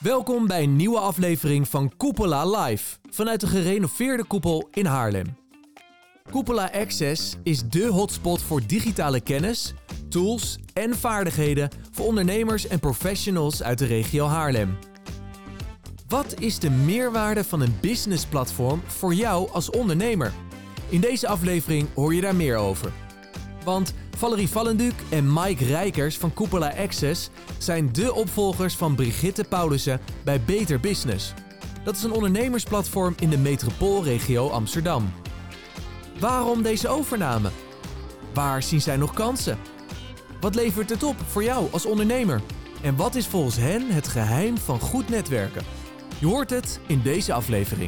Welkom bij een nieuwe aflevering van Cupola Live, vanuit de gerenoveerde koepel in Haarlem. Cupola Access is dé hotspot voor digitale kennis, tools en vaardigheden voor ondernemers en professionals uit de regio Haarlem. Wat is de meerwaarde van een businessplatform voor jou als ondernemer? In deze aflevering hoor je daar meer over. Want Valerie Vallenduc en Mike Rijkers van Cupola Access zijn dé opvolgers van Brigitte Paulussen bij Beter Business. Dat is een ondernemersplatform in de metropoolregio Amsterdam. Waarom deze overname? Waar zien zij nog kansen? Wat levert het op voor jou als ondernemer? En wat is volgens hen het geheim van goed netwerken? Je hoort het in deze aflevering.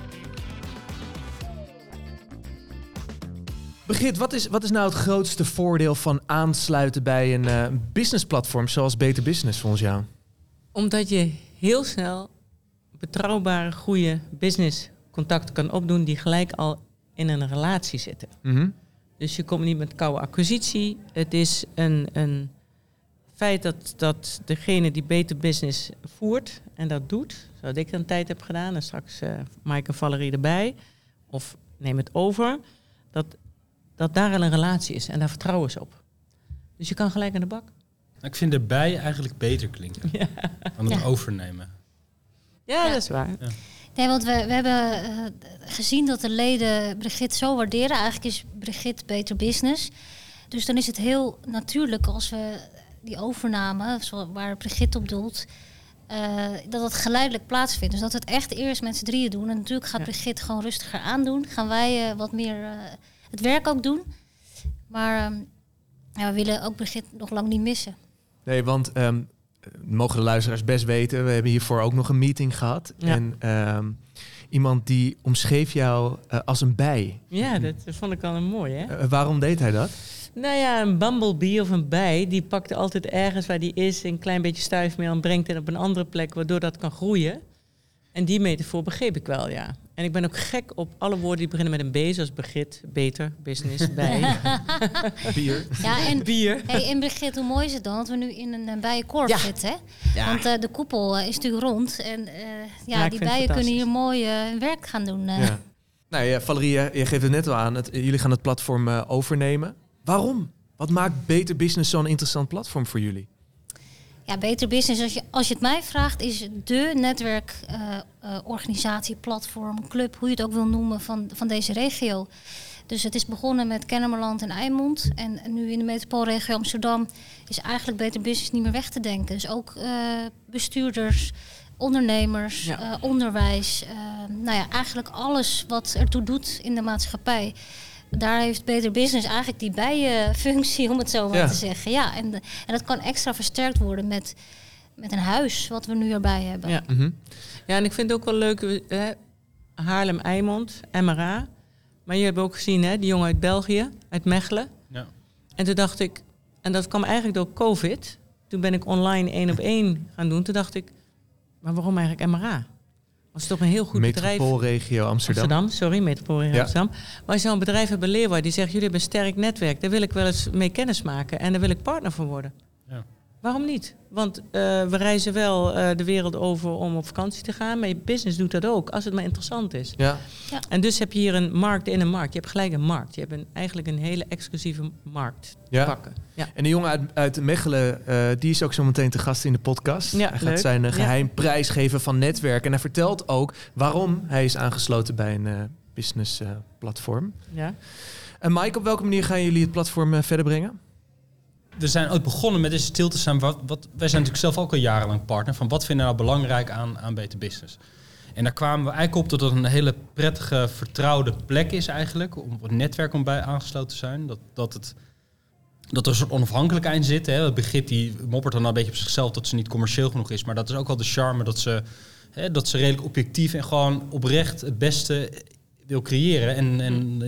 Brigitte, wat is nou het grootste voordeel van aansluiten bij een businessplatform zoals Beter Business volgens jou? Omdat je heel snel betrouwbare, goede businesscontacten kan opdoen die gelijk al in een relatie zitten. Mm-hmm. Dus je komt niet met koude acquisitie. Het is een feit dat degene die Beter Business voert en dat doet, zoals ik een tijd heb gedaan, en straks Mike en Valerie erbij, of neem het over, dat daar al een relatie is en daar vertrouwen ze op. Dus je kan gelijk aan de bak. Ik vind erbij eigenlijk beter klinken dan het overnemen. Ja, dat is waar. Ja. Nee, want we hebben gezien dat de leden Brigitte zo waarderen. Eigenlijk is Brigitte Beter Business. Dus dan is het heel natuurlijk als we die overname, waar Brigitte op doelt, dat het geleidelijk plaatsvindt. Dus dat we het echt eerst met z'n drieën doen. En natuurlijk gaat Brigitte gewoon rustiger aandoen. Gaan wij wat meer het werk ook doen. Maar we willen ook Brigitte nog lang niet missen. Nee, want mogen de luisteraars best weten, we hebben hiervoor ook nog een meeting gehad. Ja. En iemand die omschreef jou als een bij. Ja, dat vond ik al een mooi, hè? Waarom deed hij dat? Nou ja, een bumblebee of een bij, die pakt altijd ergens waar die is een klein beetje stuifmeel en brengt het op een andere plek, waardoor dat kan groeien. En die metafoor begreep ik wel, ja. En ik ben ook gek op alle woorden die beginnen met een B, zoals Brigitte, Beter, Business, bij. Bier. Ja, en Bier. Hey, en Brigitte, hoe mooi is het dan dat we nu in een bijenkorf zitten, hè? Ja. Want de koepel is natuurlijk rond. En ik die vind bijen het kunnen hier mooi hun werk gaan doen. Ja. Nou ja, Valerie, je geeft het net al aan. Jullie gaan het platform overnemen. Waarom? Wat maakt Beter Business zo'n interessant platform voor jullie? Ja, Beter Business, als je het mij vraagt, is dé netwerkorganisatie, platform, club, hoe je het ook wil noemen, van deze regio. Dus het is begonnen met Kennemerland en Eimond. En nu in de metropoolregio Amsterdam is eigenlijk Beter Business niet meer weg te denken. Dus ook bestuurders, ondernemers, onderwijs. Eigenlijk alles wat ertoe doet in de maatschappij. Daar heeft Beter Business eigenlijk die bijenfunctie, om het zo maar te zeggen. Ja, en dat kan extra versterkt worden met een huis, wat we nu erbij hebben. Ja, ja, en ik vind het ook wel leuk, Haarlem, Eimond, MRA. Maar je hebt ook gezien, die jongen uit België, uit Mechelen. Ja. En toen dacht ik, en dat kwam eigenlijk door COVID. Toen ben ik online 1-op-1 gaan doen. Toen dacht ik, maar waarom eigenlijk MRA? Was toch een heel goed bedrijf. Metropoolregio Amsterdam. Metropoolregio Amsterdam. Maar als je zo'n bedrijf hebt bij Leeuwarden die zegt, jullie hebben een sterk netwerk, daar wil ik wel eens mee kennis maken en daar wil ik partner van worden. Ja. Waarom niet? Want we reizen wel de wereld over om op vakantie te gaan, maar je business doet dat ook, als het maar interessant is. Ja. Ja. En dus heb je hier een markt in een markt. Je hebt gelijk een markt. Je hebt eigenlijk een hele exclusieve markt te pakken. Ja. En de jongen uit Mechelen, die is ook zo meteen te gast in de podcast. Ja, hij gaat leuk. zijn geheim prijsgeven van netwerk. En hij vertelt ook waarom hij is aangesloten bij een businessplatform. Ja. En Mike, op welke manier gaan jullie het platform verder brengen? We zijn ook begonnen met eens stil te staan. Wij zijn natuurlijk zelf ook al jarenlang partner. Van wat vinden we nou belangrijk aan Beter Business? En daar kwamen we eigenlijk op dat het een hele prettige, vertrouwde plek is eigenlijk. Om het netwerk om bij aangesloten te zijn. Dat er een soort onafhankelijkheid in zit. Hè. Brigitte die moppert dan een beetje op zichzelf dat ze niet commercieel genoeg is. Maar dat is ook wel de charme dat ze redelijk objectief en gewoon oprecht het beste wil creëren.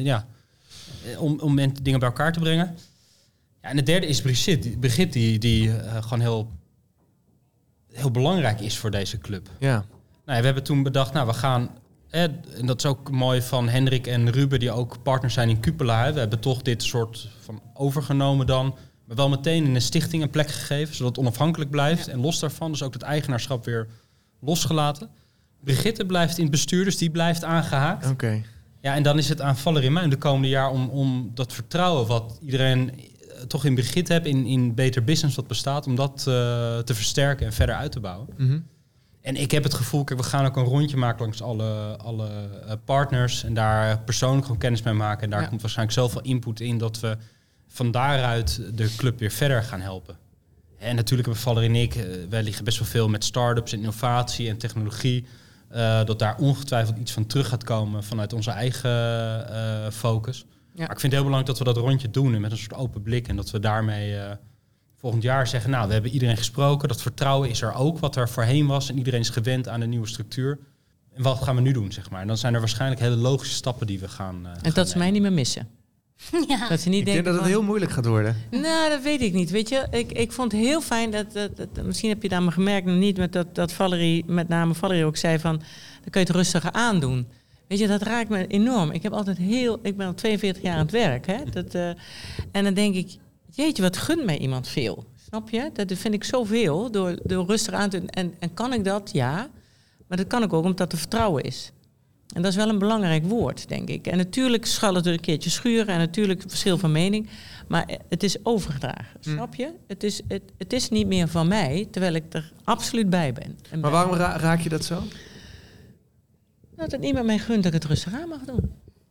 Om dingen bij elkaar te brengen. Ja, en de derde is Brigitte die gewoon heel belangrijk is voor deze club. Ja. Nou, we hebben toen bedacht, we gaan, en dat is ook mooi van Hendrik en Ruben, die ook partners zijn in Cupola. We hebben toch dit soort van overgenomen dan, maar wel meteen in een stichting een plek gegeven, zodat het onafhankelijk blijft. Ja. En los daarvan dus ook het eigenaarschap weer losgelaten. Brigitte blijft in het bestuur, dus die blijft aangehaakt. Oké. Ja, en dan is het aan Valerie en mij de komende jaar om dat vertrouwen wat iedereen toch in Brigitte hebt, in Beter Business wat bestaat, om dat te versterken en verder uit te bouwen. Mm-hmm. En ik heb het gevoel, kijk, we gaan ook een rondje maken langs alle partners en daar persoonlijk gewoon kennis mee maken. En daar komt waarschijnlijk zoveel input in dat we van daaruit de club weer verder gaan helpen. En natuurlijk hebben Valerie en ik, wij liggen best wel veel met start-ups en innovatie en technologie. Dat daar ongetwijfeld iets van terug gaat komen vanuit onze eigen focus. Ja. Maar ik vind het heel belangrijk dat we dat rondje doen en met een soort open blik. En dat we daarmee volgend jaar zeggen, nou, we hebben iedereen gesproken. Dat vertrouwen is er ook, wat er voorheen was. En iedereen is gewend aan de nieuwe structuur. En wat gaan we nu doen, zeg maar. En dan zijn er waarschijnlijk hele logische stappen die we gaan en dat ze mij niet meer missen. Ja. Dat ze niet denken dat het heel moeilijk gaat worden. Nou, dat weet ik niet. Weet je, ik vond het heel fijn dat misschien heb je het aan me gemerkt, nog niet, met dat Valerie, met name Valerie ook zei van, dan kun je het rustiger aandoen. Weet je, dat raakt me enorm. Ik ben al 42 jaar aan het werk. Hè? En dan denk ik, jeetje, wat gunt mij iemand veel. Snap je? Dat vind ik zoveel, door rustig aan te doen. En kan ik dat? Ja. Maar dat kan ik ook omdat er vertrouwen is. En dat is wel een belangrijk woord, denk ik. En natuurlijk zal het er een keertje schuren en natuurlijk verschil van mening. Maar het is overgedragen, snap je? Het is niet meer van mij, terwijl ik er absoluut bij ben. Maar waarom raak je dat zo? Dat het niemand mij gunt dat ik het rustig aan mag doen.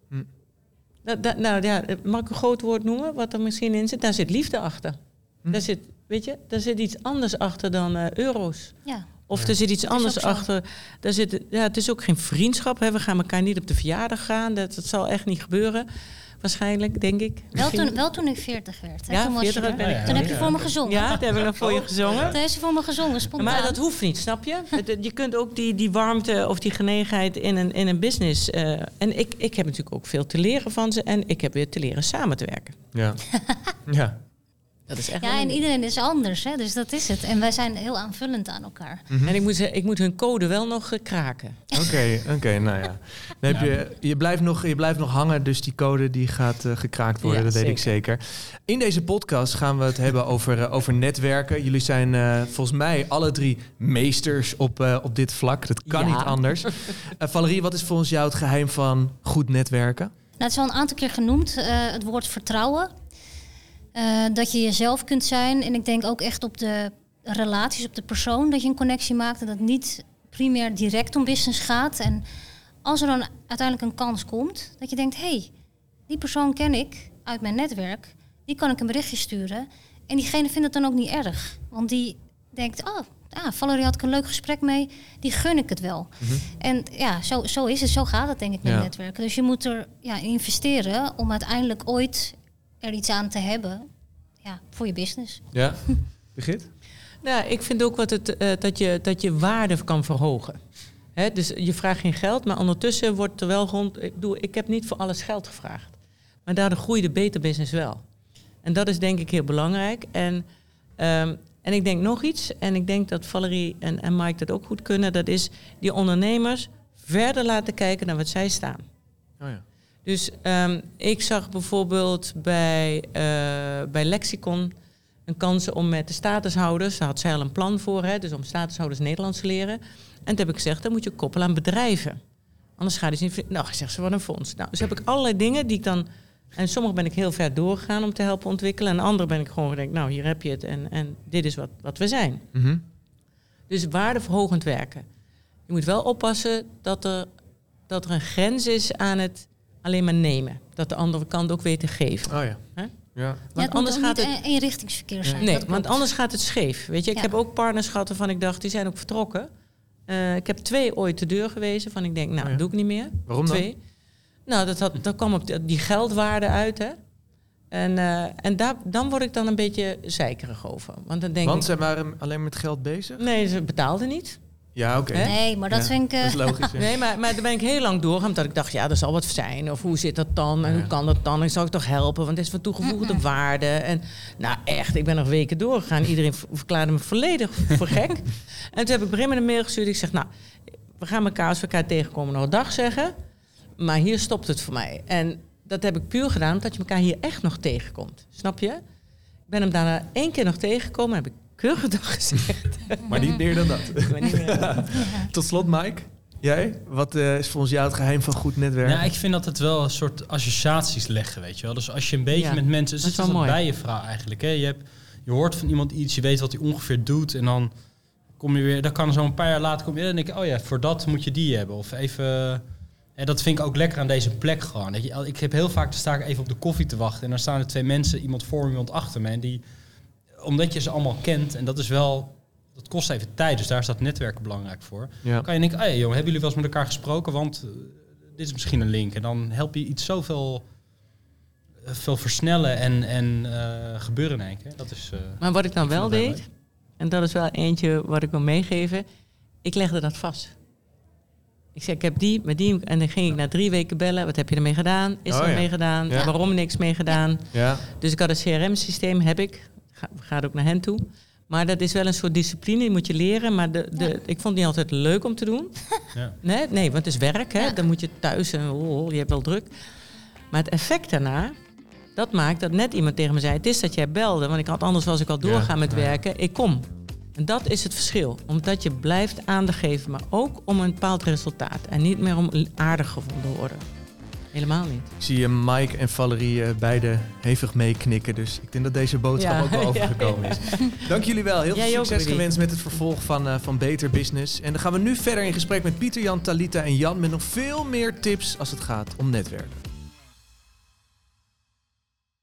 Mag ik een groot woord noemen, wat er misschien in zit? Daar zit liefde achter. Daar zit iets anders achter dan euro's. Ja. Of er zit iets anders achter. Het is ook geen vriendschap. Hè. We gaan elkaar niet op de verjaardag gaan. Dat zal echt niet gebeuren. Waarschijnlijk, denk ik. Wel toen ik 40 werd. Hè. Ja, toen 40 ben ik. Toen heb je voor me gezongen. Ja, toen heb ik nog voor je gezongen. Toen heeft ze voor me gezongen, spontaan. Maar dat hoeft niet, snap je? Je kunt ook die warmte of die genegenheid in een business. En ik heb natuurlijk ook veel te leren van ze. En ik heb weer te leren samen te werken. Ja. Ja. Dat is echt en iedereen is anders, hè? Dus dat is het. En wij zijn heel aanvullend aan elkaar. Mm-hmm. En ik moet hun code wel nog kraken. Oké, nou ja. Dan je blijft nog hangen, dus die code die gaat gekraakt worden, dat weet ik zeker. In deze podcast gaan we het hebben over netwerken. Jullie zijn volgens mij alle 3 meesters op dit vlak. Dat kan niet anders. Valerie, wat is volgens jou het geheim van goed netwerken? Nou, het is al een aantal keer genoemd, het woord vertrouwen. Dat je jezelf kunt zijn. En ik denk ook echt op de relaties, op de persoon, dat je een connectie maakt. En dat het niet primair direct om business gaat. En als er dan uiteindelijk een kans komt, dat je denkt, hey, die persoon ken ik uit mijn netwerk. Die kan ik een berichtje sturen. En diegene vindt het dan ook niet erg. Want die denkt, Valerie had ik een leuk gesprek mee. Die gun ik het wel. Mm-hmm. En ja, zo is het. Zo gaat het denk ik met netwerken. Dus je moet er investeren om uiteindelijk ooit er iets aan te hebben, voor je business. Ja, Brigitte? Nou, ik vind ook dat je waarde kan verhogen. Hè, dus je vraagt geen geld, maar ondertussen wordt er wel ik heb niet voor alles geld gevraagd. Maar daardoor groeide Beter Business wel. En dat is denk ik heel belangrijk. En ik denk nog iets, en ik denk dat Valerie en Mike dat ook goed kunnen, dat is die ondernemers verder laten kijken naar wat zij staan. Oh ja. Dus ik zag bijvoorbeeld bij Lexicon een kans om met de statushouders, daar had zij al een plan voor, dus om statushouders Nederlands te leren. En toen heb ik gezegd, dan moet je koppelen aan bedrijven. Anders gaat het niet. Nou, zegt ze, wat een fonds. Nou, dus heb ik allerlei dingen die ik dan. En sommige ben ik heel ver doorgegaan om te helpen ontwikkelen. En andere ben ik gewoon gedacht, nou, hier heb je het. En dit is wat we zijn. Mm-hmm. Dus waardeverhogend werken. Je moet wel oppassen dat er een grens is aan het alleen maar nemen. Dat de andere kant ook weet te geven. Oh ja. Huh? Ja. Want het anders moet gaat niet eenrichtingsverkeer zijn. Nee, want anders gaat het scheef. Weet je, ik heb ook partners gehad waarvan ik dacht, die zijn ook vertrokken. Ik heb 2 ooit de deur gewezen van ik denk, dat doe ik niet meer. Waarom 2. Nou, dat kwam op die geldwaarde uit, hè. En dan word ik dan een beetje zeikerig over. Want ze waren alleen met geld bezig? Nee, ze betaalden niet. Ja, oké. Nee, maar dat vind ik... Dat is logisch. Nee, maar daar ben ik heel lang doorgegaan. Omdat ik dacht, er zal wat zijn. Of hoe zit dat dan? En hoe kan dat dan? En zou ik toch helpen? Want het is van toegevoegde waarde. En nou echt, ik ben nog weken doorgegaan. Iedereen verklaarde me volledig voor gek. En toen heb ik Brim een mail gestuurd. Ik zeg, nou, we gaan elkaar als we elkaar tegenkomen nog een dag zeggen. Maar hier stopt het voor mij. En dat heb ik puur gedaan omdat je elkaar hier echt nog tegenkomt. Snap je? Ik ben hem daarna 1 keer nog tegengekomen. Heb ik Keurige dag gezegd. Maar niet meer dan dat. Maar niet meer. Tot slot, Mike. Jij? Wat is volgens jou het geheim van goed netwerk? Ja, ik vind dat het wel een soort associaties leggen, weet je wel. Dus als je een beetje met mensen... dat is het wel mooi. bij je vrouw eigenlijk. Hè? Je hoort van iemand iets, je weet wat hij ongeveer doet... en dan kom je weer... Dan kan zo een paar jaar later komen en dan denk je... voor dat moet je die hebben. Of even... En dat vind ik ook lekker aan deze plek gewoon. Dat ik heb heel vaak, sta ik even op de koffie te wachten... en dan staan er 2 mensen, iemand voor me, iemand achter me... en die... Omdat je ze allemaal kent en dat is wel... Dat kost even tijd, dus daar staat netwerken belangrijk voor. Ja. Dan kan je denken, jongen, hebben jullie wel eens met elkaar gesproken? Want dit is misschien een link. En dan help je iets zoveel veel versnellen en gebeuren in één keer. Dat is, maar wat ik dan wel deed, en dat is wel eentje wat ik wil meegeven... Ik legde dat vast. Ik zei, ik heb die, met die... En dan ging ik na 3 weken bellen. Wat heb je ermee gedaan? Is er mee gedaan? Ja. Waarom niks mee gedaan? Ja. Dus ik had een CRM-systeem, heb ik. Gaat ook naar hen toe. Maar dat is wel een soort discipline, die moet je leren. Maar ik vond het niet altijd leuk om te doen. Ja. Nee, want het is werk. Hè? Ja. Dan moet je thuis en je hebt wel druk. Maar het effect daarna, dat maakt dat net iemand tegen me zei... Het is dat jij belde, want anders was ik al doorgaan met werken. Ik kom. En dat is het verschil. Omdat je blijft aandacht geven, maar ook om een bepaald resultaat. En niet meer om aardig gevonden te worden. Helemaal niet. Ik zie Mike en Valerie beide hevig meeknikken. Dus ik denk dat deze boodschap ook wel overgekomen is. Dank jullie wel. Heel veel succes gewenst met het vervolg van Beter Business. En dan gaan we nu verder in gesprek met Pieter, Jan, Talita en Jan... met nog veel meer tips als het gaat om netwerken.